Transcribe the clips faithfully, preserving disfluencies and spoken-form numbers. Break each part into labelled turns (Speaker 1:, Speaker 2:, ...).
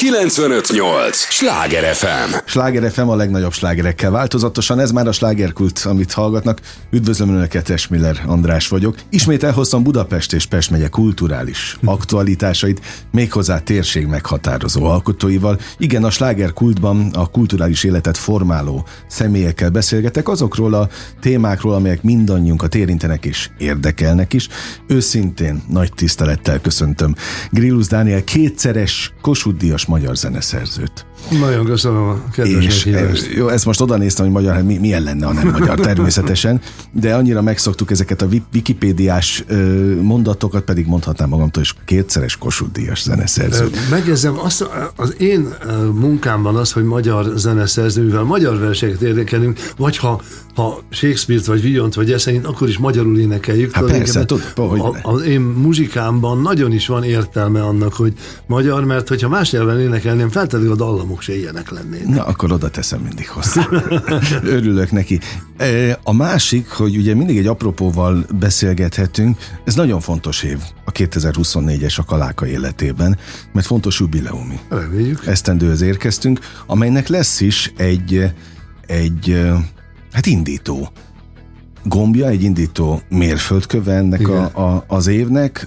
Speaker 1: kilencvenöt nyolc Sláger ef em.
Speaker 2: Sláger ef em a legnagyobb slágerekkel változatosan, ez már a slágerkult, amit hallgatnak. Üdvözlöm Önöket, Esmiller András vagyok. Ismét elhoztam Budapest és Pest megye kulturális aktualitásait, méghozzá térség meghatározó alkotóival. Igen, a slágerkultban a kulturális életet formáló személyekkel beszélgetek, azokról a témákról, amelyek mindannyiunkat érintenek és érdekelnek is. Őszintén nagy tisztelettel köszöntöm Grillus Dániel, kétszeres Kossuth-díjas magyar zeneszerzőt.
Speaker 3: Nagyon köszönöm a kedves meghívást.
Speaker 2: Jó, ezt most oda néztem, hogy magyar, hát mi, milyen lenne, ha nem magyar természetesen, de annyira megszoktuk ezeket a wikipédiás mondatokat, pedig mondhatnám magamtól is kétszeres Kossuth-díjas zeneszerző.
Speaker 3: Megjegyzem, azt, az én munkámban az, hogy magyar zeneszerzővel magyar verseket érdekelünk, vagy ha, ha Shakespeare-t, vagy Villont, vagy Eszenit, akkor is magyarul énekeljük.
Speaker 2: Hát persze, tud, hogy
Speaker 3: a, az én muzsikámban nagyon is van értelme annak, hogy magyar, mert hogyha más nyelven énekelném, feltétlenül a dallamok se ilyenek lennének.
Speaker 2: Na, akkor oda teszem mindig hozzá. Örülök neki. A másik, hogy ugye mindig egy apropóval beszélgethetünk, ez nagyon fontos év, a kétezer-huszonnégyes a Kaláka életében, mert fontos jubileumi.
Speaker 3: Reméljük.
Speaker 2: Esztendőhöz érkeztünk, amelynek lesz is egy, egy hát indító gombja, egy indító mérföldköve ennek a, a, az évnek,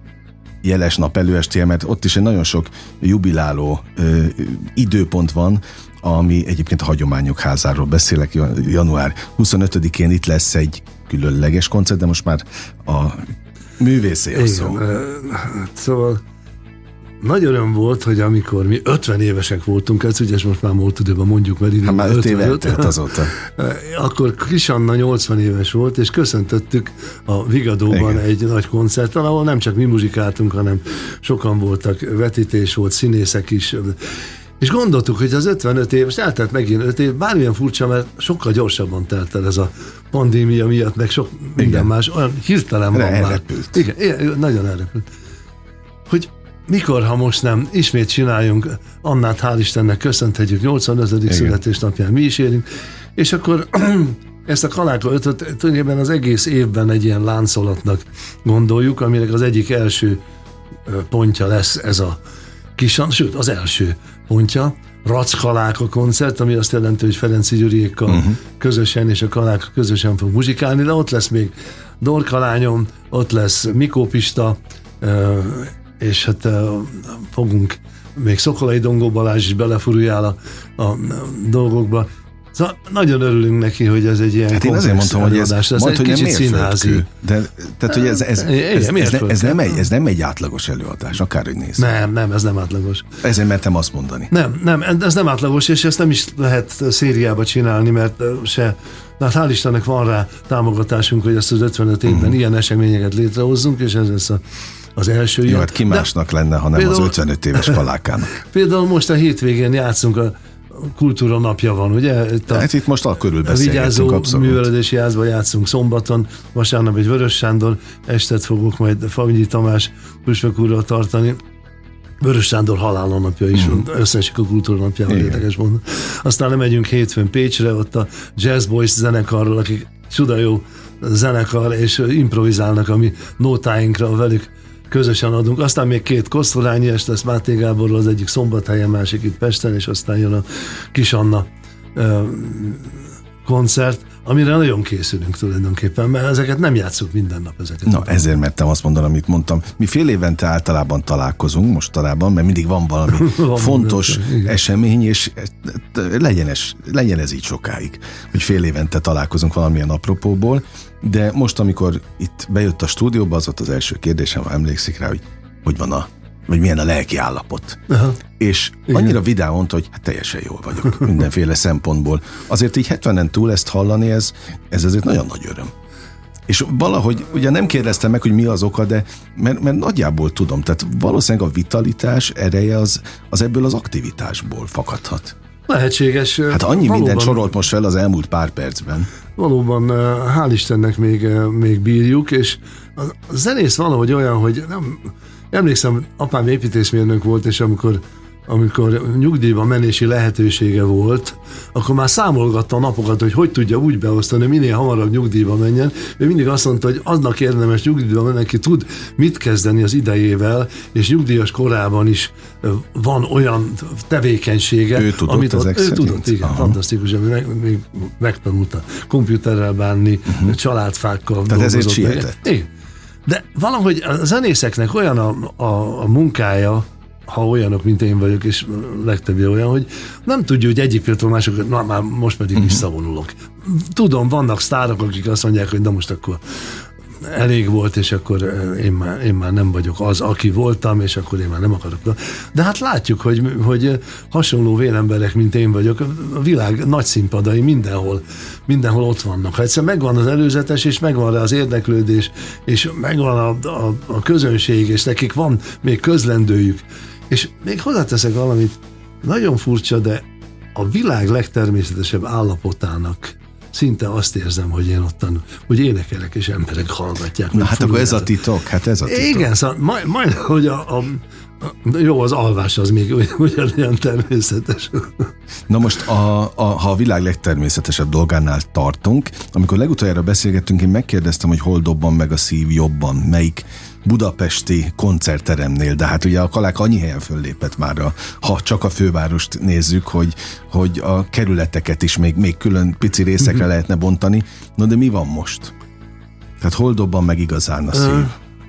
Speaker 2: jeles nap előestéje, mert ott is egy nagyon sok jubiláló ö, időpont van, ami egyébként a Hagyományok Házáról beszélek, január huszonötödikén itt lesz egy különleges koncert, de most már a művészé a szó.
Speaker 3: Szóval nagy öröm volt, hogy amikor mi ötven évesek voltunk, ez ugye most már múlt időben mondjuk, mert idő
Speaker 2: hát már öt éve eltelt azóta.
Speaker 3: Akkor Kis Anna nyolcvan éves volt, és köszöntöttük a Vigadóban igen. egy nagy koncerten, ahol nem csak mi muzsikáltunk, hanem sokan voltak, vetítés volt, színészek is, és gondoltuk, hogy az ötvenöt év, most eltelt megint öt év, bármilyen furcsa, mert sokkal gyorsabban telt el ez a pandémia miatt, meg sok minden igen. más, olyan hirtelen van már. Igen, igen, nagyon elrepült. Hogy mikor, ha most nem, ismét csináljunk, Annát hál' Istennek köszönhetjük, nyolcvanötödik igen. születésnapján mi is érünk, és akkor ezt a Kaláka ötöt tulajdonképpen az egész évben egy ilyen láncolatnak gondoljuk, aminek az egyik első pontja lesz ez a Kisan, sőt az első pontja, Rac Kaláka koncert, ami azt jelenti, hogy Ferenczy Gyuriékkal uh-huh. közösen és a Kaláka közösen fog muzsikálni, de ott lesz még Dorka lányom, ott lesz Mikó Pista, és hát fogunk még Szokolai Dongó Balázs is belefurujál a, a dolgokba. Szóval nagyon örülünk neki, hogy ez egy ilyen
Speaker 2: hát én azért mondtam, hogy ez,
Speaker 3: ez
Speaker 2: mondd,
Speaker 3: egy kicsit színházi.
Speaker 2: De, tehát, hogy ez, ez, ez, ez, ez, ne, ez, nem egy, ez nem egy átlagos előadás, akárhogy néz.
Speaker 3: Nem, nem, ez nem átlagos.
Speaker 2: Ezért mertem azt mondani.
Speaker 3: Nem, nem, ez nem átlagos, és ezt nem is lehet szériába csinálni, mert se, de hát hál' Istennek van rá támogatásunk, hogy ezt az ötvenöt évben uh-huh. ilyen eseményeket létrehozzunk, és ez lesz a az első.
Speaker 2: Jó, hát ki másnak de lenne, hanem például, az ötvenöt éves Kalákának.
Speaker 3: Például most a hétvégén játszunk, a Kultúra napja van, ugye? Itt a,
Speaker 2: hát itt most körül beszélgetünk,
Speaker 3: abszolút. Művelődési házban játszunk szombaton, vasárnap egy Vörös Sándor estet fogok majd Favnyi Tamás püspök úrral tartani. Vörös Sándor halálnapja is, mm. összeesik a Kultúra napjával, érdekes mondani. Aztán lemegyünk hétfőn Pécsre, ott a Jazz Boys zenekarról, akik csuda jó zenekar, és improvizálnak a mi nótáinkra, velük közösen adunk. Aztán még két Kosztolányi est lesz Máté Gáborról, az egyik Szombathelyen, másik itt Pesten, és aztán jön a Kis Anna ö, koncert, amire nagyon készülünk tulajdonképpen, mert ezeket nem játszuk minden nap. Ezeket
Speaker 2: Na, ezért mertem azt mondani, amit mondtam. Mi fél évente általában találkozunk mostanában, mert mindig van valami van fontos minden, esemény, és legyen ez, legyen ez így sokáig, hogy fél évente találkozunk valamilyen apropóból, de most, amikor itt bejött a stúdióba, az ott az első kérdésem, ha emlékszik rá, hogy hogy van a, vagy milyen a lelki állapot. Aha. És annyira igen. vidám mondta, hogy hát teljesen jól vagyok mindenféle szempontból. Azért így hetvenen túl ezt hallani, ez, ez azért nagyon nagy öröm. És valahogy, ugye nem kérdeztem meg, hogy mi az oka, de mert, mert nagyjából tudom, tehát valószínűleg a vitalitás ereje az, az ebből az aktivitásból fakadhat.
Speaker 3: Lehetséges.
Speaker 2: Hát annyi valóban, mindent sorolt most fel az elmúlt pár percben.
Speaker 3: Valóban, hál' Istennek még, még bírjuk, és a zenész valahogy olyan, hogy nem, emlékszem, apám építészmérnök volt, és amikor amikor nyugdíjba menési lehetősége volt, akkor már számolgatta a napokat, hogy hogy tudja úgy beosztani, minél hamarabb nyugdíjba menjen. Ő mindig azt mondta, hogy aznak érdemes nyugdíjba menni, aki tud mit kezdeni az idejével, és nyugdíjas korában is van olyan tevékenysége,
Speaker 2: ő tudott,
Speaker 3: amit ott, ő
Speaker 2: szerint?
Speaker 3: tudott, igen, Aha. fantasztikus, ami meg, még megtanulta komputerrel bánni, uh-huh. családfákkal.
Speaker 2: Tehát ezért sietett.
Speaker 3: Igen. De valahogy a zenészeknek olyan a, a, a munkája, ha olyanok, mint én vagyok, és legtöbbje olyan, hogy nem tudja, hogy egyik pillanatról mások, na már most pedig uh-huh. visszavonulok. Tudom, vannak sztárok, akik azt mondják, hogy na most akkor elég volt, és akkor én már, én már nem vagyok az, aki voltam, és akkor én már nem akarok. De hát látjuk, hogy, hogy hasonló vélemberek, mint én vagyok, a világ nagy színpadai mindenhol, mindenhol ott vannak. Ha egyszer megvan az előzetes, és megvan rá az érdeklődés, és megvan a, a, a közönség, és nekik van még közlendőjük. És még hozzáteszek valamit, nagyon furcsa, de a világ legtermészetesebb állapotának szinte azt érzem, hogy én ottan, hogy énekelek, és emberek hallgatják.
Speaker 2: Na hát akkor ez a titok, hát ez a titok.
Speaker 3: Igen, szóval majd, majd hogy a, a, a jó, az alvás az még ugyanilyen természetes.
Speaker 2: Na most, a, a, ha a világ legtermészetesebb dolgánál tartunk, amikor legutoljára beszélgettünk, én megkérdeztem, hogy hol dobban meg a szív jobban, melyik budapesti koncertteremnél, de hát ugye a Kalák annyi helyen föllépett már, a, ha csak a fővárost nézzük, hogy, hogy a kerületeket is még, még külön pici részekre mm-hmm. lehetne bontani. No, de mi van most? Tehát hol dobban meg igazán a szív?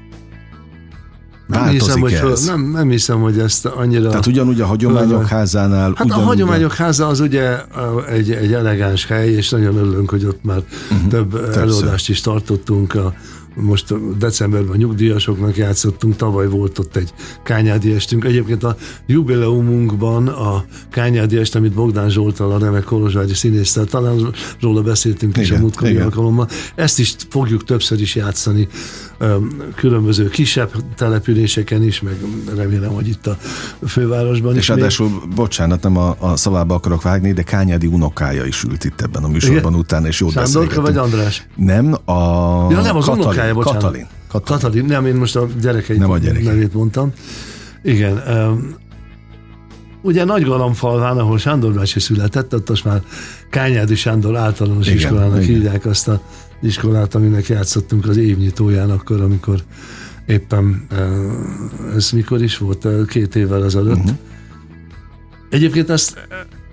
Speaker 3: Nem hiszem, hogy föl, nem, nem hiszem, hogy ezt annyira...
Speaker 2: Tehát ugyanúgy a Hagyományok Házánál...
Speaker 3: Hát ugyanúgy a Hagyományok Háza az ugye egy, egy elegáns hely, és nagyon örülünk, hogy ott már uh-huh, több többször. előadást is tartottunk. A, most decemberben nyugdíjasoknak játszottunk, tavaly volt ott egy kányádi estünk. Egyébként a jubileumunkban a kányádi est, amit Bogdán Zsolttal, a remek kolozsvári színésszel, talán róla beszéltünk is a múltkori alkalommal. Ezt is fogjuk többször is játszani különböző kisebb településeken is, meg remélem, hogy itt a fővárosban
Speaker 2: és
Speaker 3: is.
Speaker 2: És ráadásul, még... bocsánat, nem a, a szavába akarok vágni, de Kányádi unokája is ült itt ebben a műsorban. Igen? Utána, és jót
Speaker 3: Sándorka vagy András?
Speaker 2: Nem, a...
Speaker 3: Ja, nem, az
Speaker 2: Katalin,
Speaker 3: unokája, bocsánat.
Speaker 2: Katalin.
Speaker 3: Katalin. Katalin. Nem, én most a gyerekeit
Speaker 2: nem a gyerekei.
Speaker 3: nevét mondtam. Igen. Um, ugye Nagygalambfalván, ahol Sándor bácsi született, ott most már Kányádi Sándor általános igen, iskolának igen. hívják azt a iskolát, aminek játszottunk az évnyitóján akkor, amikor éppen ez mikor is volt, két évvel ezelőtt. Uh-huh. Egyébként ezt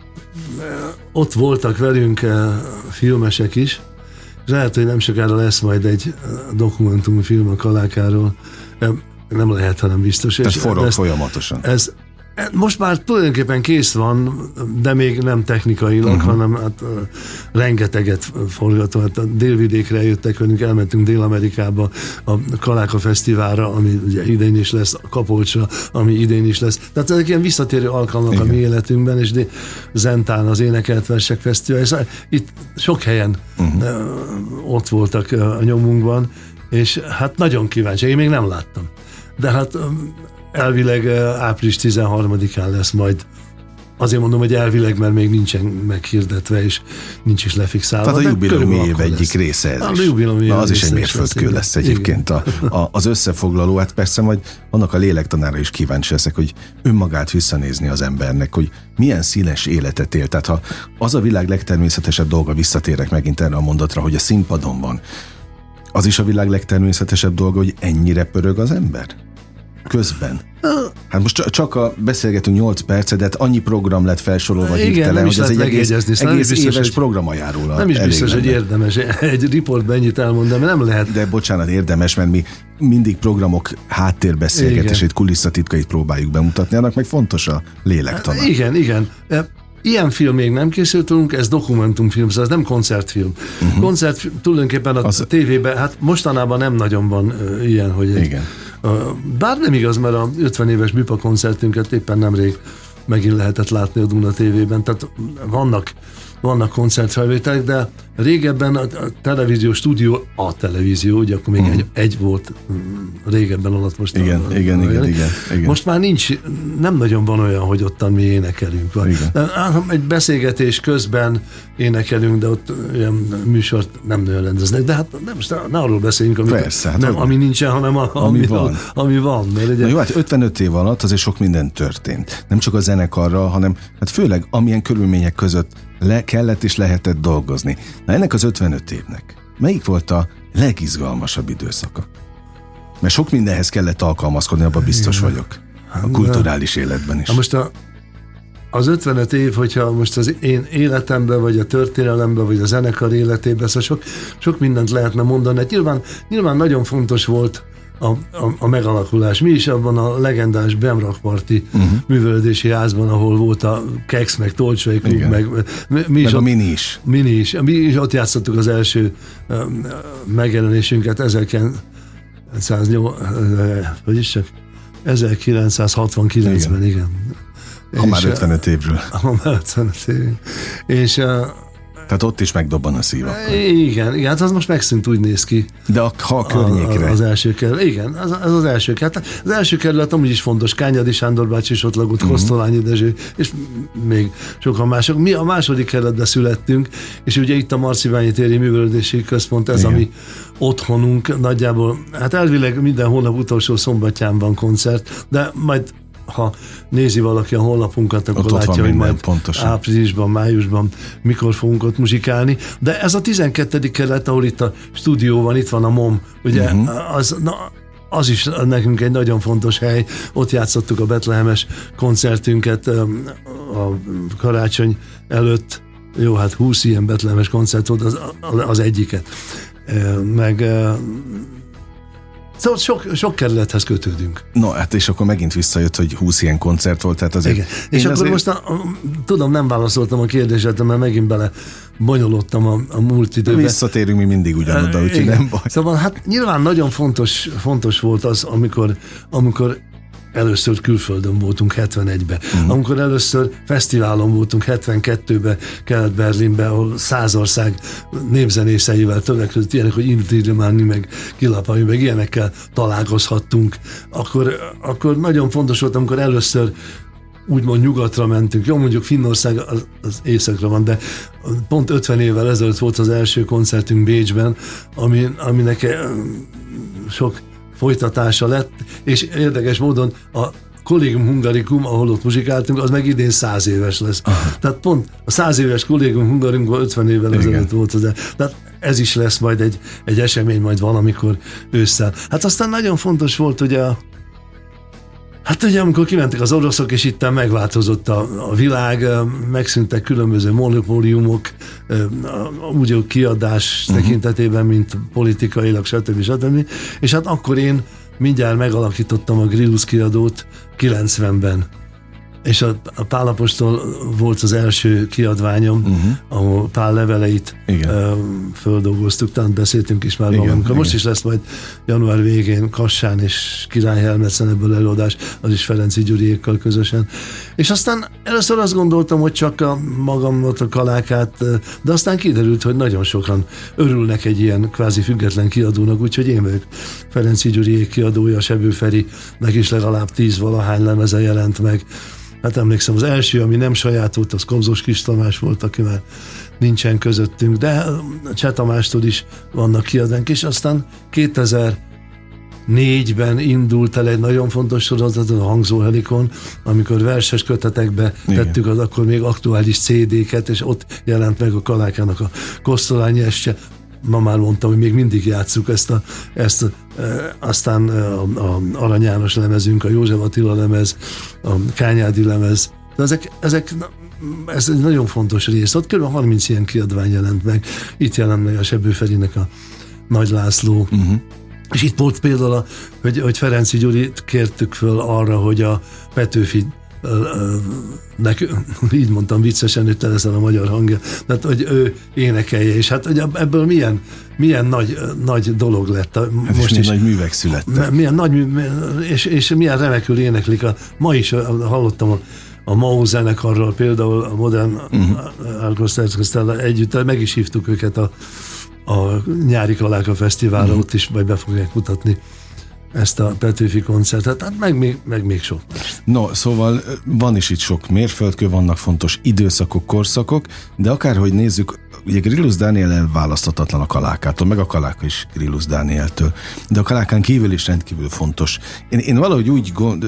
Speaker 3: ott voltak velünk filmesek is, és lehet, hogy nem sokára lesz majd egy dokumentumfilm a Kalákáról. Nem lehet, hanem biztos.
Speaker 2: Tehát forog ezt, folyamatosan.
Speaker 3: Ez most már tulajdonképpen kész van, de még nem technikailag, uh-huh. hanem hát, uh, rengeteget forgatva. Hát a délvidékre jöttek velünk, elmentünk Dél-Amerikába a Kaláka Fesztiválra, ami ugye idén is lesz, a Kapolcsra, ami idén is lesz. Tehát ezek ilyen visszatérő alkalmak igen. a mi életünkben, és de Zentán az Énekelt Versek Fesztivál, és itt sok helyen uh-huh. uh, ott voltak uh, a nyomunkban, és hát nagyon kíváncsi, én még nem láttam. De hát um, elvileg április tizenharmadikán lesz majd. Azért mondom, hogy elvileg, mert még nincsen meghirdetve, és nincs is lefixálva.
Speaker 2: Tehát a jubileumi év egyik része ez
Speaker 3: a
Speaker 2: is. Na, az is egy mérföldkő lesz, lesz egyébként a, a, az összefoglaló. Hát persze majd annak a lélektanára is kíváncsi leszek, hogy önmagát visszanézni az embernek, hogy milyen színes életet él. Tehát ha az a világ legtermészetesebb dolga, visszatérek megint erre a mondatra, hogy a színpadon van, az is a világ legtermészetesebb dolga, hogy ennyire pörög az ember? Közben. Hát most csak a beszélgetünk nyolc percet, de hát annyi program lett felsorolva hirtelen, hogy ez egy egész, egész biztos, éves program ajánló.
Speaker 3: Nem is biztos, lenne. Hogy érdemes egy riportban ennyit elmondani, nem lehet.
Speaker 2: De bocsánat, érdemes, mert mi mindig programok háttérbeszélgetését, kulisszatitkait próbáljuk bemutatni, annak meg fontos a lélektalan.
Speaker 3: Igen, igen. Ilyen film még nem készültünk, ez dokumentumfilm, ez nem koncertfilm. Uh-huh. Koncert tulajdonképpen a az... tévében, hát mostanában nem nagyon van uh, ilyen, hogy egy,
Speaker 2: igen.
Speaker 3: Uh, bár nem igaz, mert a ötven éves Műpa koncertünket éppen nemrég megint lehetett látni a Duna té vében, tehát vannak, vannak koncertfelvételek, de régebben a, a televízió stúdió, a televízió, ugye akkor még mm. egy, egy volt régebben alatt most.
Speaker 2: Igen, a, igen, a, igen, igen, igen.
Speaker 3: Most már nincs, nem nagyon van olyan, hogy ottan mi énekelünk. De, egy beszélgetés közben énekelünk, de ott olyan műsort nem nagyon rendeznek. De hát nem, ne arról beszéljünk, ami,
Speaker 2: Persze, hát
Speaker 3: nem, ami nincsen, hanem a, ami, ami van. Ami van mert ugye...
Speaker 2: Na jó, hát ötvenöt év alatt azért sok minden történt. Nem csak a zenekarral, hanem hát főleg amilyen körülmények között le kellett és lehetett dolgozni. Na ennek az ötvenöt évnek melyik volt a legizgalmasabb időszaka? Mert sok mindenhez kellett alkalmazkodni, abban biztos vagyok. A kulturális életben is.
Speaker 3: Na most a, az ötvenöt év, hogyha most az én életemben, vagy a történelemben, vagy a zenekar életében, szóval sok, sok mindent lehetne mondani. Hát nyilván, nyilván nagyon fontos volt A, a, a megalakulás. Mi is abban a legendás Bemrakparti uh-huh. művelődési házban, ahol volt a Kex, meg Tolcsai klub, meg, mi, mi
Speaker 2: meg
Speaker 3: is
Speaker 2: a
Speaker 3: ott,
Speaker 2: Mini is.
Speaker 3: Mini is. Mi is ott játszottuk az első uh, megjelenésünket ezerkilencszázhatvankilencben, igen.
Speaker 2: Ha már ötvenöt évről.
Speaker 3: Ha már ötvenöt évről. És uh,
Speaker 2: tehát ott is megdobban a szív akkor.
Speaker 3: Igen, igen, hát az most megszűnt, úgy néz ki.
Speaker 2: De a, ha a környékre.
Speaker 3: A, az első kerület, igen, az, az az első kerület. Hát az első kerület amúgy is fontos, Kányadi Sándor bácsi is ott lakott, uh-huh. Kosztolányi Dezső, és még sokan mások. Mi a második kerületben születtünk, és ugye itt a Marcibányi téri művelődési központ, ez igen. a mi otthonunk nagyjából, hát elvileg minden hónap utolsó szombatján van koncert, de majd ha nézi valaki a honlapunkat, akkor ott látja, hogy majd pontosan. Áprilisban, májusban mikor fogunk ott muzsikálni. De ez a tizenkettedik kerület, ahol itt a stúdió van, itt van a MOM, ugye, uh-huh. az, na, az is nekünk egy nagyon fontos hely. Ott játszottuk a betlehemes koncertünket a karácsony előtt. Jó, hát húsz ilyen betlehemes koncert volt, az, az egyiket. Meg szóval sok, sok kerülethez kötődünk.
Speaker 2: No, hát és akkor megint visszajött, hogy húsz ilyen koncert volt, tehát azért...
Speaker 3: Igen. És akkor azért... most, a, a, tudom, nem válaszoltam a kérdésedre, mert megint bele bonyolódtam a, a múlt időben.
Speaker 2: Visszatérünk mi mindig ugyanoda, úgyhogy nem baj.
Speaker 3: Szóval hát nyilván nagyon fontos, fontos volt az, amikor, amikor először külföldön voltunk hetvenegyben, uh-huh. amikor először fesztiválon voltunk hetvenkettőben, Kelet-Berlinben, ahol száz ország népzenészeivel, többek között ilyenek, hogy Inti-Rimani, meg Kilapami, meg ilyenekkel találkozhattunk. Akkor, akkor nagyon fontos volt, amikor először úgymond nyugatra mentünk. Jó, mondjuk Finnország az, az északra van, de pont ötven évvel ezelőtt volt az első koncertünk Bécsben, ami, aminek sok folytatása lett, és érdekes módon a Collegium Hungaricum, ahol ott muzsikáltunk, az meg idén száz éves lesz. Aha. Tehát pont a száz éves Collegium Hungaricumban ötven évvel ezelőtt volt az. Tehát ez is lesz majd egy, egy esemény, majd valamikor ősszel. Hát aztán nagyon fontos volt, hogy a Hát ugye, amikor kimentek az oroszok, és itten megváltozott a, a világ, megszűntek különböző monopóliumok, úgy a kiadás uh-huh. tekintetében, mint politikailag, stb. stb. És hát akkor én mindjárt megalakítottam a Grillus kiadót kilencvenben. És a, a Pál apostol volt az első kiadványom, uh-huh. ahol Pál leveleit uh, földolgoztuk, tehát beszéltünk is már valamikor. Most is lesz majd január végén Kassán és Király Helmetszen ebből előadás, az is Ferenczy Gyuriékkal közösen. És aztán először azt gondoltam, hogy csak a magamot, a kalákát, de aztán kiderült, hogy nagyon sokan örülnek egy ilyen kvázi független kiadónak, úgyhogy én vagyok Ferenczy Gyuriék kiadója, Sebő Ferinek is legalább tíz valahány lemeze jelent meg. Hát emlékszem, az első, ami nem saját volt, az Kobzos Kis Tamás volt, aki már nincsen közöttünk, de Cseh Tamástól is vannak kiadvánk, és aztán kétezer-négyben indult el egy nagyon fontos sorozat, a Hangzó Helikon, amikor verses kötetekbe igen. tettük az akkor még aktuális cé dé-ket, és ott jelent meg a Kalákának a Kosztolányi Estje. Ma már mondtam, hogy még mindig játsszuk ezt, a, ezt a, e, aztán a, a Arany János lemezünk, a József Attila lemez, a Kányádi lemez. De ezek, ezek ez egy nagyon fontos rész. Ott kb. harminc ilyen kiadvány jelent meg. Itt jelent meg a Sebő Ferinek a Nagy László. Uh-huh. És itt volt például, a, hogy, hogy Ferenczy Gyurit kértük föl arra, hogy a Petőfi Nek, így mondtam viccesen, hogy te leszel a magyar hangja, tehát hogy ő énekelje, és hát hogy ebből milyen, milyen nagy, nagy dolog lett.
Speaker 2: Hát most is nagy művek születtek.
Speaker 3: Milyen nagy, és, és milyen remekül éneklik. A, ma is hallottam a a Mao zenekarral, például a Modern uh-huh. Orchestra együtt, meg is hívtuk őket a, a Nyári Kaláka Fesztiválra, uh-huh. ott is majd be fogják mutatni ezt a Petőfi koncertet, tehát meg még, meg még sok.
Speaker 2: No, szóval van is itt sok mérföldkő, vannak fontos időszakok, korszakok, de akárhogy nézzük, ugye Grillus Dániel elválaszthatatlan a Kalákától, meg a Kaláka is Grillus Dánieltől, de a Kalákán kívül is rendkívül fontos. Én, én valahogy úgy gond,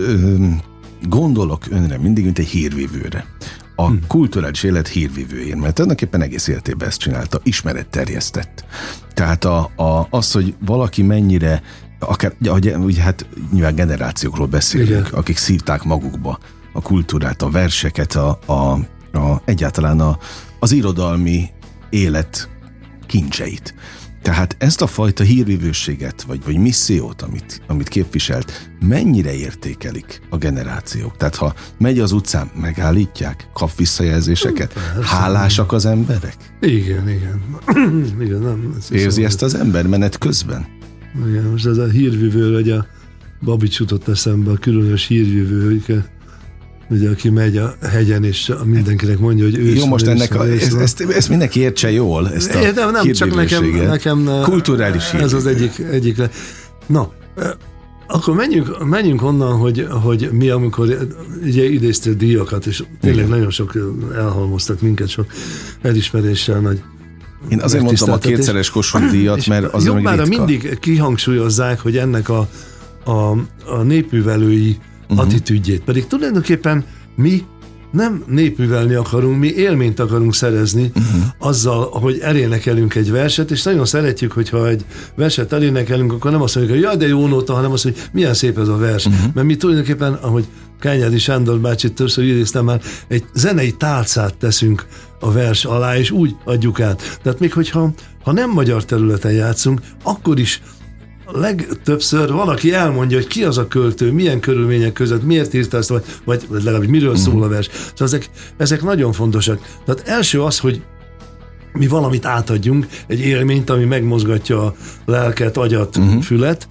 Speaker 2: gondolok önre mindig, mint egy hírvívőre. A hmm. kulturális élet hírvívőjén, mert tulajdonképpen egész életében ezt csinálta, ismeret terjesztett. Tehát a, a, az, hogy valaki mennyire akár, ugye, hát nyilván generációkról beszélünk, igen, akik szívták magukba a kultúrát, a verseket, a, a, a, egyáltalán a, az irodalmi élet kincseit. Tehát ezt a fajta hírvívőséget, vagy, vagy missziót, amit, amit képviselt, mennyire értékelik a generációk? Tehát ha megy az utcán, megállítják, kap visszajelzéseket, persze, hálásak az emberek?
Speaker 3: Igen, igen. igen nem, ez
Speaker 2: Érzi ezt az ember menet közben?
Speaker 3: Igen, most ez a hírvívő, hogy a Babics jutott eszembe, a különös hírvívő, ugye, aki megy a hegyen, és mindenkinek mondja, hogy ősz.
Speaker 2: Jó, most ennek a, ezt, ezt, ezt mindenki értse jól, ezt a
Speaker 3: é, nem, nem, csak nekem, nekem
Speaker 2: kulturális hírvívő.
Speaker 3: Ez az egyik, egyik le. Na, akkor menjünk, menjünk onnan, hogy, hogy mi, amikor ugye idéztél díjakat, és tényleg igen, nagyon sok elhalmoztak minket, sok elismeréssel, nagy.
Speaker 2: Én azért mondtam a kétszeres Kossuth díjat, mert az
Speaker 3: meg ritka. Mindig kihangsúlyozzák, hogy ennek a, a, a népművelői uh-huh. attitűdjét. Pedig tulajdonképpen mi nem népművelni akarunk, mi élményt akarunk szerezni uh-huh. azzal, hogy elénekelünk egy verset, és nagyon szeretjük, hogyha egy verset elénekelünk, akkor nem azt mondjuk, hogy jaj, de jó nóta, hanem azt, hogy milyen szép ez a vers. Uh-huh. Mert mi tulajdonképpen, ahogy Kányádi Sándor bácsit többször idéztem már, egy zenei tálcát teszünk a vers alá, és úgy adjuk át. Tehát még hogyha ha nem magyar területen játszunk, akkor is legtöbbször valaki elmondja, hogy ki az a költő, milyen körülmények között, miért írta ezt, vagy, vagy legalábbis miről uh-huh. szól a vers. Szóval ezek, ezek nagyon fontosak. Tehát első az, hogy mi valamit átadjunk, egy élményt, ami megmozgatja a lelket, agyat, uh-huh. fület,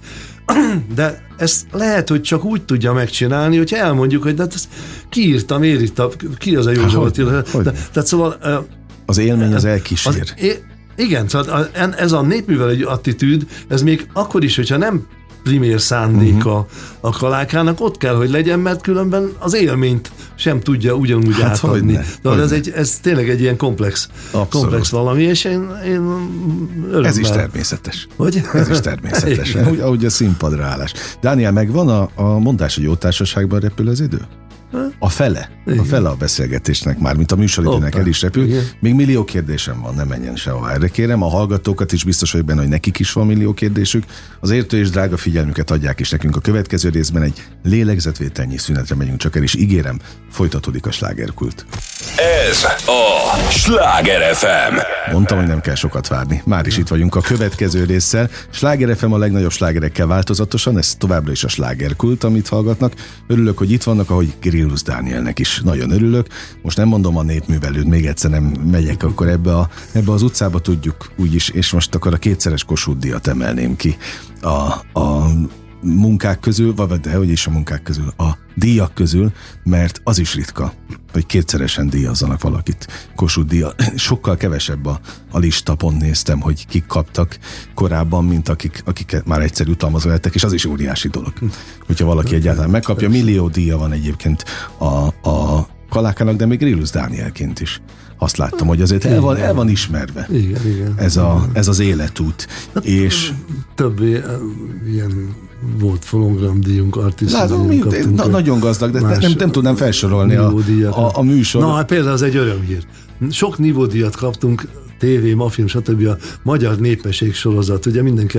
Speaker 3: de ezt lehet, hogy csak úgy tudja megcsinálni, hogyha elmondjuk, hogy de hát ezt ki írta, miért írta, ki az a jó Zsolt. Tehát szóval...
Speaker 2: Az élmény az elkísér. Az,
Speaker 3: igen, szóval ez a népművelői attitűd, ez még akkor is, hogyha nem primér szándéka uh-huh. a Kalákának, ott kell, hogy legyen, mert különben az élményt sem tudja ugyanúgy hát átadni. Hogyne, de hogyne. Ez, egy, ez tényleg egy ilyen komplex, komplex valami, és én, én örömmel...
Speaker 2: Ez is természetes.
Speaker 3: Hogy?
Speaker 2: Ez is természetes. ahogy, ahogy a színpadra állás. Dániel, megvan a, a mondás, hogy jó társaságban repül az idő? A fele. Igen. A fele a beszélgetésnek már, mint a műsoridőnek el is repül. Igen. Még millió kérdésem van, ne menjen sehová. Erre kérem a hallgatókat is, biztos vagyok benne, hogy nekik is van millió kérdésük. Az értő és drága figyelmüket adják is nekünk. A következő részben egy lélegzetvételnyi szünetre megyünk csak el, és ígérem, folytatódik a slágerkult.
Speaker 1: Ez a Sláger ef em.
Speaker 2: Mondtam, hogy nem kell sokat várni. Már is itt vagyunk a következő résszel. Sláger ef em a legnagyobb slágerekkel változatosan, ez továbbra is a slágerkult, amit hallgatnak. Örülök, hogy itt vannak, ahogy Grillus Dánielnek is nagyon örülök. Most nem mondom a népművelőd, még egyszer nem megyek akkor ebbe, a, ebbe az utcába, tudjuk úgyis, és most akkor a kétszeres Kossuth díjat emelném ki a, a munkák közül, vagy de hogy is a munkák közül, a díjak közül, mert az is ritka, hogy kétszeresen díjazzanak valakit Kossuth díja. Sokkal kevesebb a, a lista, pont néztem, hogy kik kaptak korábban, mint akik, akik már egyszer jutalmazva lettek, és az is óriási dolog. Hogyha valaki egyáltalán megkapja, millió díja van egyébként a, a Kalákának, de még Grillus Dánielként is. Azt láttam, hogy azért el van, el van ismerve
Speaker 3: igen, igen,
Speaker 2: ez, a, ez az életút. Hát, és
Speaker 3: többé ilyen volt fonogramdíjunk, artistdíjunk kaptunk.
Speaker 2: Na, nagyon gazdag, de nem, nem tudnám felsorolni a, a, a műsor.
Speaker 3: Na, hát például az egy örömhír. Sok nívódíjat kaptunk, tévé, mafilm, stb. A magyar népmeség sorozat, ugye mindenki,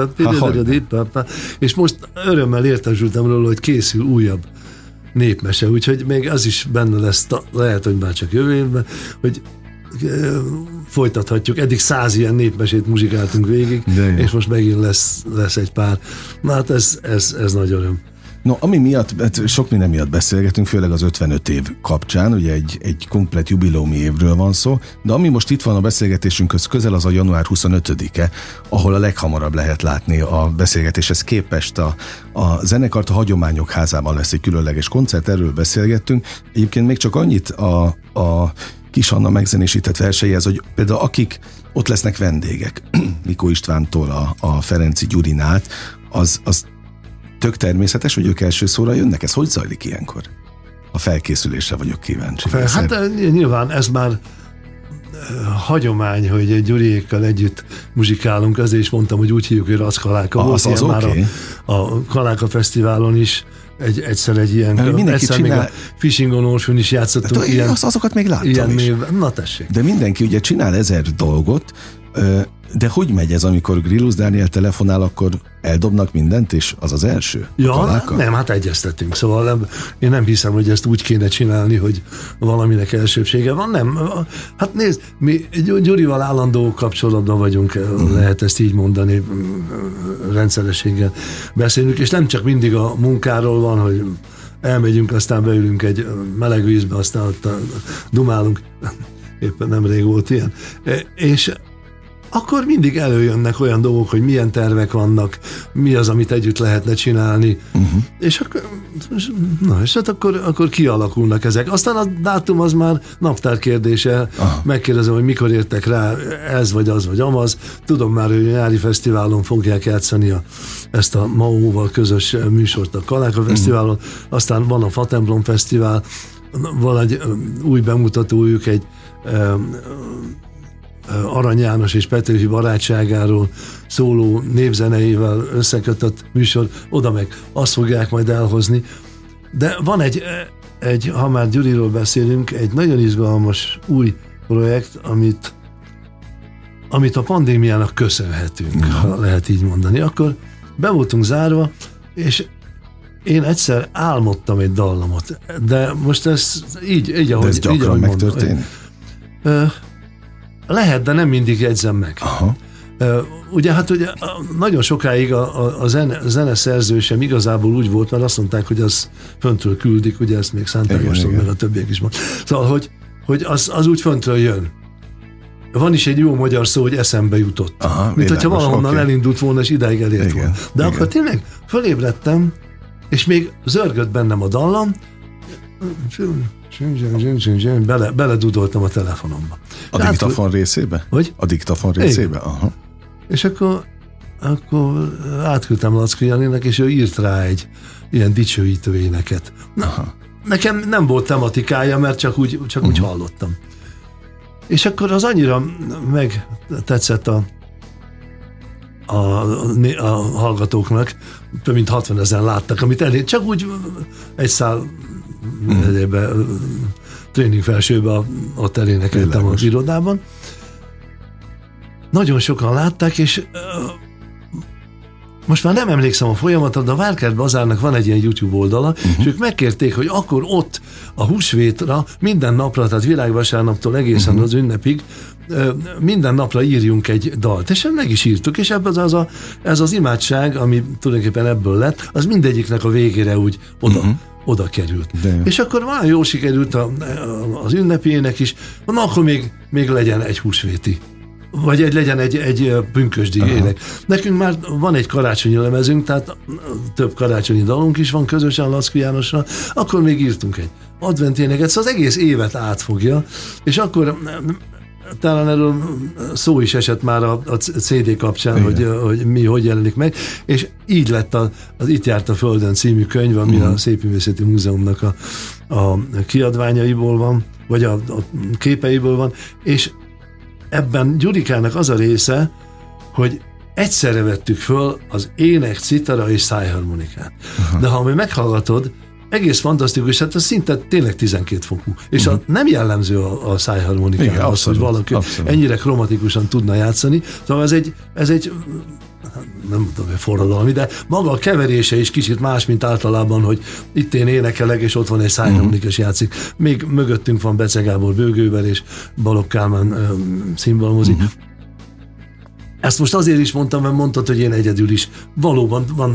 Speaker 3: és most örömmel értesültem róla, hogy készül újabb népmese, úgyhogy még az is benne lesz, lehet, hogy már csak jövő évben, hogy folytathatjuk. Eddig száz ilyen népmesét muzsikáltunk végig, és most megint lesz, lesz egy pár. Na hát ez, ez, ez nagy öröm.
Speaker 2: No, ami miatt, sok minden miatt beszélgetünk, főleg az ötvenöt év kapcsán, ugye egy, egy komplet jubileumi évről van szó, de ami most itt van a beszélgetésünkhöz közel, az a január huszonötödike, ahol a leghamarabb lehet látni a beszélgetéshez képest a, a zenekart, a Hagyományok Házában lesz egy különleges koncert, erről beszélgettünk. Egyébként még csak annyit a, a Kis Anna megzenésített verseihez, hogy például akik ott lesznek vendégek, Mikó Istvántól a, a Ferenci Gyurin át, az, az tök természetes, hogy ők első szóra jönnek. Ez hogy zajlik ilyenkor? A felkészülésre vagyok kíváncsi.
Speaker 3: Fel, hát nyilván ez már hagyomány, hogy Gyuriékkal együtt muzsikálunk, ezért is mondtam, hogy úgy hívjuk, hogy Rackaláka. Volt
Speaker 2: az, az
Speaker 3: már
Speaker 2: okay.
Speaker 3: a, a Kaláka Fesztiválon is, egy, egyszer egy ilyen, egyszer csinál... még a Fishing on Ocean is játszottunk.
Speaker 2: Hát, ilyen, az, azokat még láttam
Speaker 3: ilyen
Speaker 2: is.
Speaker 3: Név... Na tessék.
Speaker 2: De mindenki ugye csinál ezer dolgot, de hogy megy ez, amikor Grillus Dániel telefonál, akkor eldobnak mindent, és az az első?
Speaker 3: Ja, nem, hát egyeztetünk. Szóval nem, én nem hiszem, hogy ezt úgy kéne csinálni, hogy valaminek elsőbsége van. Nem. Hát nézd, mi Gyurival állandó kapcsolatban vagyunk, uh-huh. lehet ezt így mondani, rendszerességgel beszélünk, és nem csak mindig a munkáról van, hogy elmegyünk, aztán beülünk egy meleg vízbe, aztán ott dumálunk. Éppen nemrég volt ilyen. És akkor mindig előjönnek olyan dolgok, hogy milyen tervek vannak, mi az, amit együtt lehetne csinálni, uh-huh. és akkor, na, és hát akkor, akkor kialakulnak ezek. Aztán a dátum az már naptár kérdése, aha. megkérdezem, hogy mikor értek rá, ez vagy az vagy amaz. Tudom már, hogy a nyári fesztiválon fogják játszani a, ezt a em á o-val közös műsort a Kaláka Fesztiválon, uh-huh. aztán van a Fatemplom Fesztivál, van egy új bemutatójuk, egy Arany János és Petőfi barátságáról szóló népzeneivel összekötött műsor, oda meg azt fogják majd elhozni. De van egy, egy ha már Gyuriról beszélünk, egy nagyon izgalmas új projekt, amit, amit a pandémiának köszönhetünk, mm. ha lehet így mondani. Akkor be voltunk zárva, és én egyszer álmodtam egy dallamot, de most ez így, így ahogy,
Speaker 2: de ez gyakran
Speaker 3: így,
Speaker 2: megtörténik?
Speaker 3: Mondom, lehet, de nem mindig jegyzem meg. Aha. Ugye hát ugye nagyon sokáig a, a, a zene, zeneszerző sem igazából úgy volt, mert azt mondták, hogy az föntről küldik, ugye ezt még Szánt Ágoston meg a többiek is mondták. Szóval, hogy, hogy az, az úgy föntről jön. Van is egy jó magyar szó, hogy eszembe jutott. Aha, mint hogyha valahonnan okay. elindult volna, és ideig elért volna. De igen. Akkor tényleg fölébredtem, és még zörgött bennem a dallam, Bele, beledudoltam a telefonomba.
Speaker 2: A de diktafon át, részébe?
Speaker 3: Hogy?
Speaker 2: A diktafon részébe? Aha.
Speaker 3: És akkor, akkor átküldtem Laczki Janinek, és ő írt rá egy ilyen dicsőítő éneket. Na, aha. Nekem nem volt tematikája, mert csak úgy, csak uh-huh. úgy hallottam. És akkor az annyira megtetszett a, a, a hallgatóknak, több mint hatvan ezeren láttak, amit elég, csak úgy egy szál egyébben uh, tréning felsőben ott elénekeltem az irodában. Nagyon sokan látták, és uh, most már nem emlékszem a folyamatot, de a Várkert Bazárnak van egy ilyen YouTube oldala, uh-huh. és ők megkérték, hogy akkor ott a húsvétra minden napra, tehát világvasárnaptól egészen uh-huh. az ünnepig minden napra írjunk egy dalt, és meg is írtuk, és ebben az a, ez az imádság, ami tulajdonképpen ebből lett, az mindegyiknek a végére úgy oda, uh-huh. oda került. És akkor valami jól sikerült a, az ünnepének is, na akkor még, még legyen egy húsvéti, vagy egy, legyen egy, egy pünkösdi ének. Nekünk már van egy karácsonyi lemezünk, tehát több karácsonyi dalunk is van közösen Laczki Jánossal, akkor még írtunk egy adventéneket, szóval az egész évet átfogja, és akkor talán erről szó is esett már a, a cé dé kapcsán, hogy, hogy mi, hogy jelenik meg, és így lett a, az Itt járt a Földön című könyv, ami uh-huh. a Szépművészeti Múzeumnak a, a kiadványaiból van, vagy a, a képeiből van, és ebben Gyurikának az a része, hogy egyszerre vettük föl az ének, citara és szájharmonikát. Uh-huh. De ha majd meghallgatod, egész fantasztikus, hát az szinte tényleg tizenkét fokú. És uh-huh. a, nem jellemző a, a szájharmonikára az, hogy valaki abszolút. Ennyire kromatikusan tudna játszani. Szóval ez egy, ez egy nem tudom, hogy forradalmi, de maga a keverése is kicsit más, mint általában, hogy itt én énekelek, és ott van egy szájharmonikus uh-huh. játszik. Még mögöttünk van Bece Gábor bőgővel, és Balogh Kálmán szimbalmozik. Uh-huh. Ezt most azért is mondtam, mert mondtad, hogy én egyedül is. Valóban van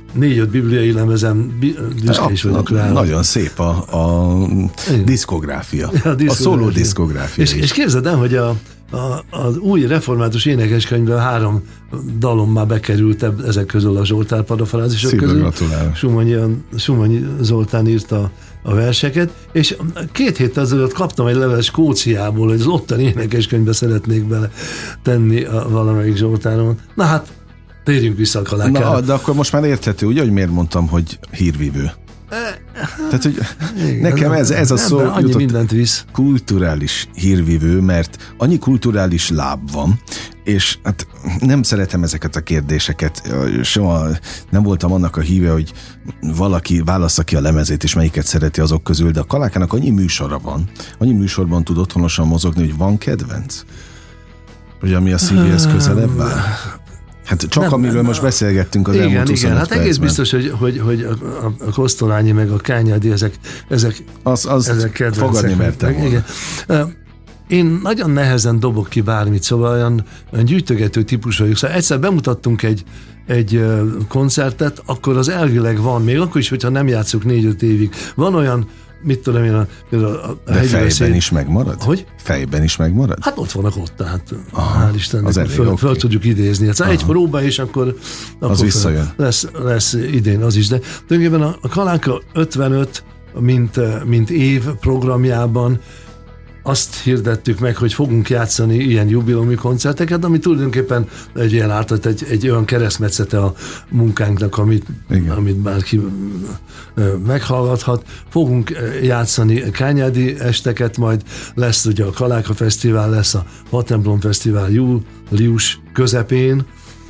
Speaker 3: négy-öt bibliai lemezem büszke is vagyok rá.
Speaker 2: Nagyon szép a, a diszkográfia. A, a szóló diszkográfia.
Speaker 3: És, és képzeld el, hogy a, a, az új református énekeskönyvben három dalom már bekerült ezek közül a Zsoltár parafrázisok közül. Sumanyi, Sumanyi Zoltán írta a verseket, és két héttel ezelőtt kaptam egy levelet Skóciából, hogy az ottani énekeskönyvbe szeretnék bele tenni a valamelyik Zsoltáron. Na hát, térjünk vissza a kalákára. Na,
Speaker 2: de akkor most már érthető, ugye, hogy miért mondtam, hogy hírvívő. Tehát, hogy igen, nekem ez, ez a szó
Speaker 3: annyi mindent visz.
Speaker 2: Kulturális hírvívő, mert annyi kulturális láb van, és hát nem szeretem ezeket a kérdéseket. Soha nem voltam annak a híve, hogy valaki válassza ki a lemezét, és melyiket szereti azok közül, de a Kalákának annyi műsora van, annyi műsorban tud otthonosan mozogni, hogy van kedvenc? Hogy ami a szívéhez közelebb áll? Hát csak nem, amiről nem, most beszélgettünk az
Speaker 3: igen,
Speaker 2: elmúlt huszonöt
Speaker 3: igen, hát
Speaker 2: percben.
Speaker 3: egész biztos, hogy, hogy, hogy a, a, a Kosztolányi meg a Kányádi, ezek, ezek,
Speaker 2: az, az
Speaker 3: ezek kedvencek.
Speaker 2: Fogadni mertem volna.
Speaker 3: Én nagyon nehezen dobok ki bármit, szóval olyan, olyan gyűjtögető típus vagyok. Szóval egyszer bemutattunk egy, egy koncertet, akkor az elvileg van, még akkor is, hogyha nem játszunk négy-öt évig. Van olyan, mit tudom én, a, a, a
Speaker 2: de fejben beszél... is megmarad?
Speaker 3: Hogy?
Speaker 2: Fejben is megmarad?
Speaker 3: Hát ott vannak ott, tehát
Speaker 2: aha,
Speaker 3: hál' Istennek,
Speaker 2: elég,
Speaker 3: föl,
Speaker 2: okay.
Speaker 3: föl tudjuk idézni. Hát egy próba, és akkor, akkor
Speaker 2: az visszajön.
Speaker 3: Lesz, lesz idén az is, de tulajdonképpen a, a Kaláka ötvenöt, mint, mint év programjában azt hirdettük meg, hogy fogunk játszani ilyen jubileumi koncerteket, ami tulajdonképpen egy ilyen átad, egy, egy olyan keresztmetszete a munkánknak, amit, amit bárki meghallgathat. Fogunk játszani kányádi esteket, majd lesz ugye a Kaláka Fesztivál, lesz a Vatemplom Fesztivál július közepén,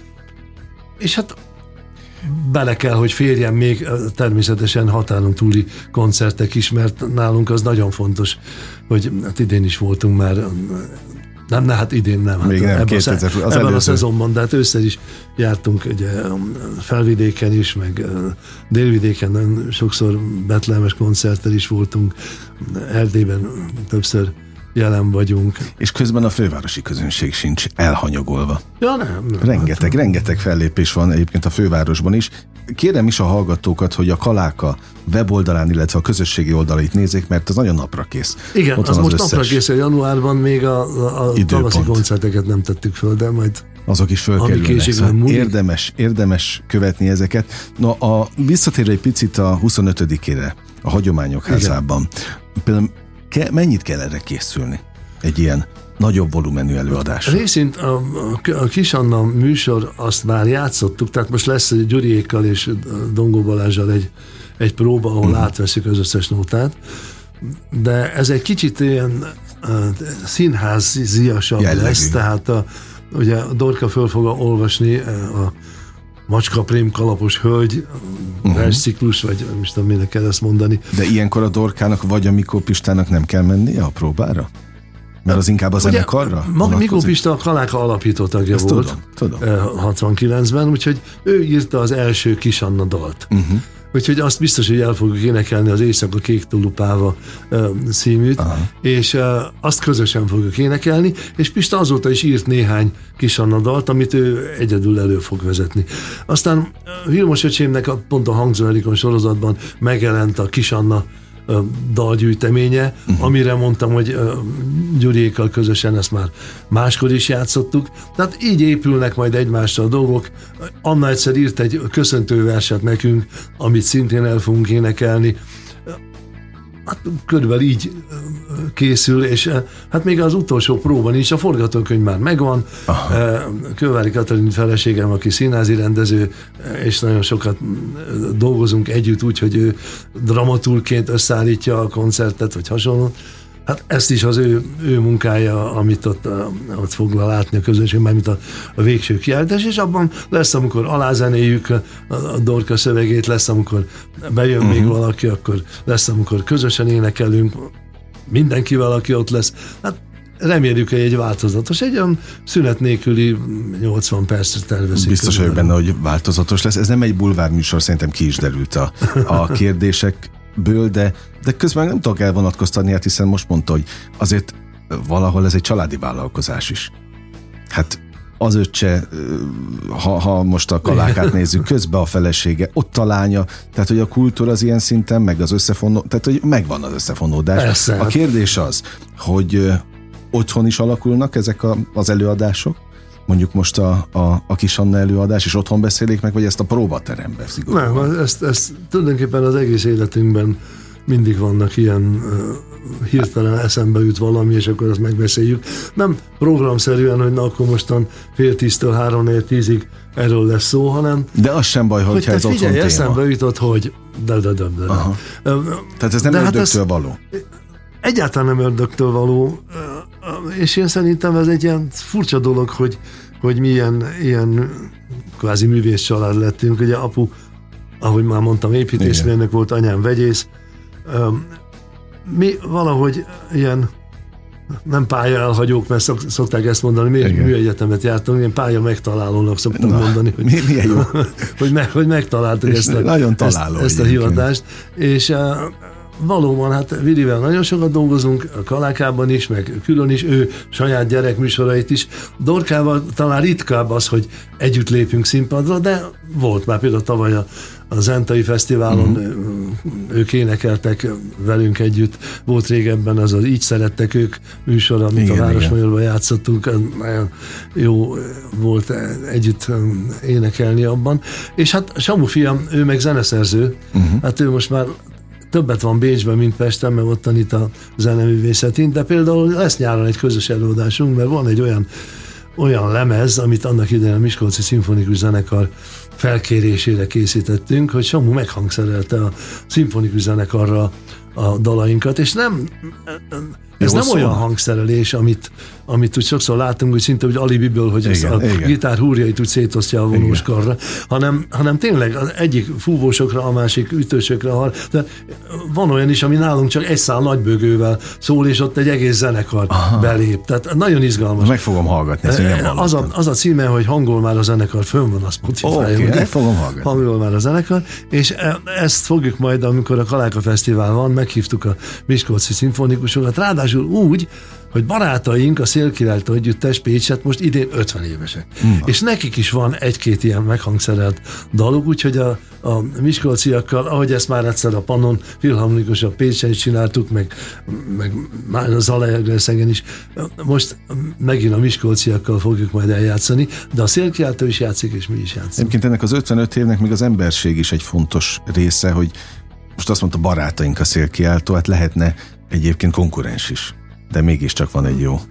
Speaker 3: és hát bele kell, hogy férjen még természetesen határon túli koncertek is, mert nálunk az nagyon fontos, hogy hát idén is voltunk már, nem, ne, hát idén nem, hát
Speaker 2: még nem,
Speaker 3: ebben,
Speaker 2: kétezer,
Speaker 3: a, ebben a szezonban, de hát ősszel is jártunk ugye felvidéken is, meg délvidéken sokszor betlehemes koncerttel is voltunk, Erdélyben többször jelen vagyunk.
Speaker 2: És közben a fővárosi közönség sincs elhanyagolva.
Speaker 3: Ja, nem. nem
Speaker 2: rengeteg, hát, rengeteg fellépés van egyébként a fővárosban is. Kérem is a hallgatókat, hogy a Kaláka weboldalán, illetve a közösségi oldalait nézzék, mert ez nagyon napra kész.
Speaker 3: Igen,
Speaker 2: ott
Speaker 3: az, az most
Speaker 2: összes...
Speaker 3: napra kész, hogy januárban még a, a, a tavaszi koncerteket nem tettük föl, de majd
Speaker 2: azok is fölkerülnek. Szóval érdemes, érdemes követni ezeket. No, a, visszatérve egy picit a huszonötödikére a Hagyományok Házában. Például Ke, mennyit kell erre készülni? Egy ilyen nagyobb volumenű előadásra?
Speaker 3: Részint a, a, a Kis Anna műsor, azt már játszottuk, tehát most lesz egy Gyuriékkal és Dongó Balázsral egy, egy próba, ahol uh-huh. átveszük az összes nótát, de ez egy kicsit ilyen színháziasabb lesz, tehát a, ugye a Dorka föl fog olvasni a Macskaprém kalapos hölgy uh-huh. versciklus, vagy nem is tudom, minek kell ezt mondani.
Speaker 2: De ilyenkor a Dorkának vagy a Mikó Pistának nem kell mennie a próbára? Mert az inkább a zenekarra?
Speaker 3: Mikó Pista a Kaláka alapító tagja ezt volt tudom, tudom. hatvankilencben, úgyhogy ő írta az első Kis Anna dalt. Uh-huh. Úgyhogy azt biztos, hogy el fogjuk énekelni az Éjszaka kék tulupáva uh, címűt, aha. és uh, azt közösen fogjuk énekelni, és Pista azóta is írt néhány Kis Anna dalt, amit ő egyedül elő fog vezetni. Aztán uh, Vilmos öcsémnek a, pont a Hangzóerikon sorozatban megjelent a Kis Anna uh, dalgyűjteménye, uh-huh. amire mondtam, hogy uh, Gyuriékkal közösen ezt már máskor is játszottuk. Tehát így épülnek majd egymásra a dolgok. Anna egyszer írt egy köszöntőverset nekünk, amit szintén el fogunk énekelni. Hát körülbelül így készül, és hát még az utolsó próba nincs, a forgatókönyv már megvan. Aha. Kővári Katalin feleségem, aki színházi rendező, és nagyon sokat dolgozunk együtt úgy, hogy ő dramaturgként összeállítja a koncertet, vagy hasonló. Hát ezt is az ő, ő munkája, amit ott, ott foglal látni a közönség, mármint a, a végső kiállítás, és abban lesz, amikor alázenéljük a, a Dorka szövegét, lesz, amikor bejön uh-huh. még valaki, akkor lesz, amikor közösen énekelünk, mindenkivel, aki ott lesz. Hát reméljük, hogy egy változatos, egy olyan szünet nélküli nyolcvan percre tervezik.
Speaker 2: Biztos vagyok benne, hogy változatos lesz. Ez nem egy bulvár műsor, szerintem ki is derült a, a kérdések ből, de, de közben nem tudok elvonatkoztatni, hát hiszen most mondta, hogy azért valahol ez egy családi vállalkozás is. Hát az öccse, ha, ha most a kalákát nézzük, közben a felesége, ott a lánya, tehát hogy a kultúra az ilyen szinten, meg az összefonó, tehát hogy megvan az összefonódás.
Speaker 3: Persze.
Speaker 2: A kérdés az, hogy otthon is alakulnak ezek a, az előadások, mondjuk most a, a, a Kis Anna előadás, és otthon beszélik meg, vagy ezt a próbaterembe szigorúan?
Speaker 3: Nem, ezt, ezt tulajdonképpen az egész életünkben mindig vannak ilyen uh, hirtelen eszembe jut valami, és akkor azt megbeszéljük. Nem programszerűen, hogy na akkor mostan fél tíztől három négy tízig erről lesz szó, hanem...
Speaker 2: De az sem baj, hogyha ez otthon téma.
Speaker 3: Eszembe jutott, hogy... De, de, de, de.
Speaker 2: Aha. Tehát ez nem de ördögtől hát való?
Speaker 3: Egyáltalán nem ördögtől való, és én szerintem ez egy ilyen furcsa dolog, hogy, hogy mi ilyen, ilyen kvázi művész család lettünk. Ugye apu, ahogy már mondtam, építészmérnök volt, anyám vegyész. Mi valahogy ilyen nem pálya elhagyók, mert szok, szokták ezt mondani, mi műegyetemet jártunk, ilyen pálya megtalálónak szoktam Na, mondani, hogy,
Speaker 2: mi, milyen jó.
Speaker 3: hogy, meg, hogy megtaláltuk ezt a,
Speaker 2: nagyon találó
Speaker 3: ezt, ezt a hivatást. És valóban, hát Vilivel nagyon sokat dolgozunk, a Kalákában is, meg külön is, ő saját gyerekműsorait is. Dorkával talán ritkább az, hogy együtt lépünk színpadra, de volt már például tavaly a, a Zentai Fesztiválon, mm. ők énekeltek velünk együtt. Volt régebben az az Így szerettek ők műsor, amit igen, a Városmagyarban játszottunk, nagyon jó volt együtt énekelni abban. És hát Samu fiam, ő meg zeneszerző, mm. hát ő most már többet van Bécsben, mint Pesten, mert ott tanít a zeneművészetén, de például lesz nyáron egy közös előadásunk, mert van egy olyan, olyan lemez, amit annak idején a Miskolci Szimfonikus Zenekar felkérésére készítettünk, hogy Samu meghangszerelte a szimfonikus zenekarra a dalainkat, és nem... Ez Jó nem szólna. Olyan hangszerelés, amit, amit úgy sokszor látunk, hogy szinte úgy alibiből, hogy igen, a igen. gitár húrjait úgy szétosztja a vonóskarra, hanem, hanem tényleg az egyik fúvósokra, a másik ütősökre hal. De van olyan is, ami nálunk csak egy szál nagybögővel szól, és ott egy egész zenekar Aha. belép. Tehát nagyon izgalmas.
Speaker 2: Meg fogom hallgatni, ezt nem
Speaker 3: az, a, az a címe, hogy Hangol már a zenekar, fönn van a Spotify-on.
Speaker 2: Oké, okay, meg fogom hallgatni.
Speaker 3: Hangol már a zenekar, és ezt fogjuk majd, amikor a Kaláka Fesztivál van, meghívtuk a miskolci szimfonikusokat, ráadásul úgy, hogy barátaink, a Szélkirálytól együttes Pécset most idén ötven évesek. Hmm. És nekik is van egy-két ilyen meghangszerelt daluk, úgyhogy a, a miskolciakkal, ahogy ezt már egyszer a Pannon Filharmonikus a Pécsen is csináltuk, meg, meg már a Zalaegerszegen is, most megint a miskolciakkal fogjuk majd eljátszani, de a Szélkirálytól is játszik, és mi is játszunk.
Speaker 2: Egyébként ennek az ötvenöt évnek még az emberség is egy fontos része, hogy most azt mondta, barátaink a Szélkirálytól, hát lehetne egyébként konkurens is, de mégiscsak van egy jó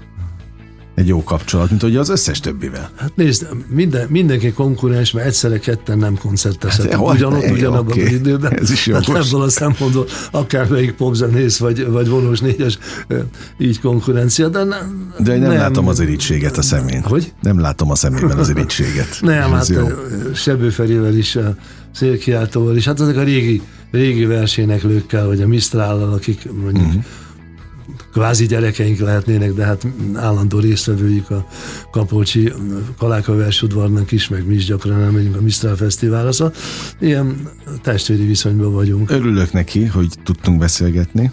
Speaker 2: egy jó kapcsolat, mint ugye az összes többivel.
Speaker 3: Hát nézd, minden, mindenki konkurens, mert egyszerre ketten nem koncertezhetünk. Hát, ugyanott, egy, ugyanabban okay. az időben.
Speaker 2: Ez is jó.
Speaker 3: Hát ebből a szempontból akármelyik popzenész, vagy, vagy vonós négyes, így konkurencia, de nem.
Speaker 2: De én nem, nem látom az irítséget a szemén.
Speaker 3: Hogy?
Speaker 2: Nem látom a szemében az irítséget.
Speaker 3: Nem, hát Sebő Ferivel is, a Szélkirálytóval is, hát ezek a régi, régi verséneklőkkel, vagy a Mistrállal, akik mondjuk uh-huh. kvázi gyerekeink lehetnének, de hát állandó résztvevőjük a Kapolcsi Kaláka versudvarnak is, meg mi is gyakran elmegyünk a Misztrál Fesztiválra, szóval ilyen testvéri viszonyban vagyunk.
Speaker 2: Örülök neki, hogy tudtunk beszélgetni.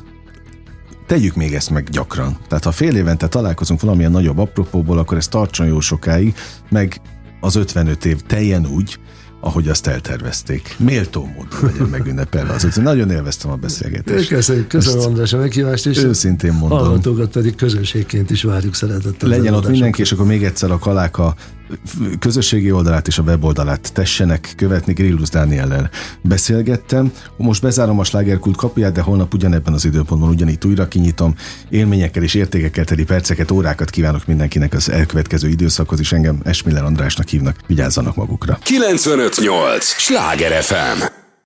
Speaker 2: Tegyük még ezt meg gyakran. Tehát ha fél évente találkozunk valamilyen nagyobb apropóból, akkor ez tartson jó sokáig, meg az ötvenöt év teljen úgy, ahogy azt eltervezték. Méltó módon legyen megünnepelve az ötven. Nagyon élveztem a beszélgetést.
Speaker 3: Köszönöm, köszönöm András a meghívást, és
Speaker 2: őszintén mondom.
Speaker 3: Hallgatókat pedig közönségként is várjuk szeretettel.
Speaker 2: Legyen ott mindenki, és akkor még egyszer a Kaláka közösségi oldalát és a weboldalát tessenek követni. Grillus Dániellel beszélgettem. Most bezárom a Slágerkult kapuját, de holnap ugyanebben az időpontban ugyanígy újra kinyitom. Élményekkel és értékekkel teli perceket, órákat kívánok mindenkinek az elkövetkező időszakhoz, és engem Esmiller Andrásnak hívnak. Vigyázzanak magukra.
Speaker 1: kilencvenöt nyolc Sláger ef em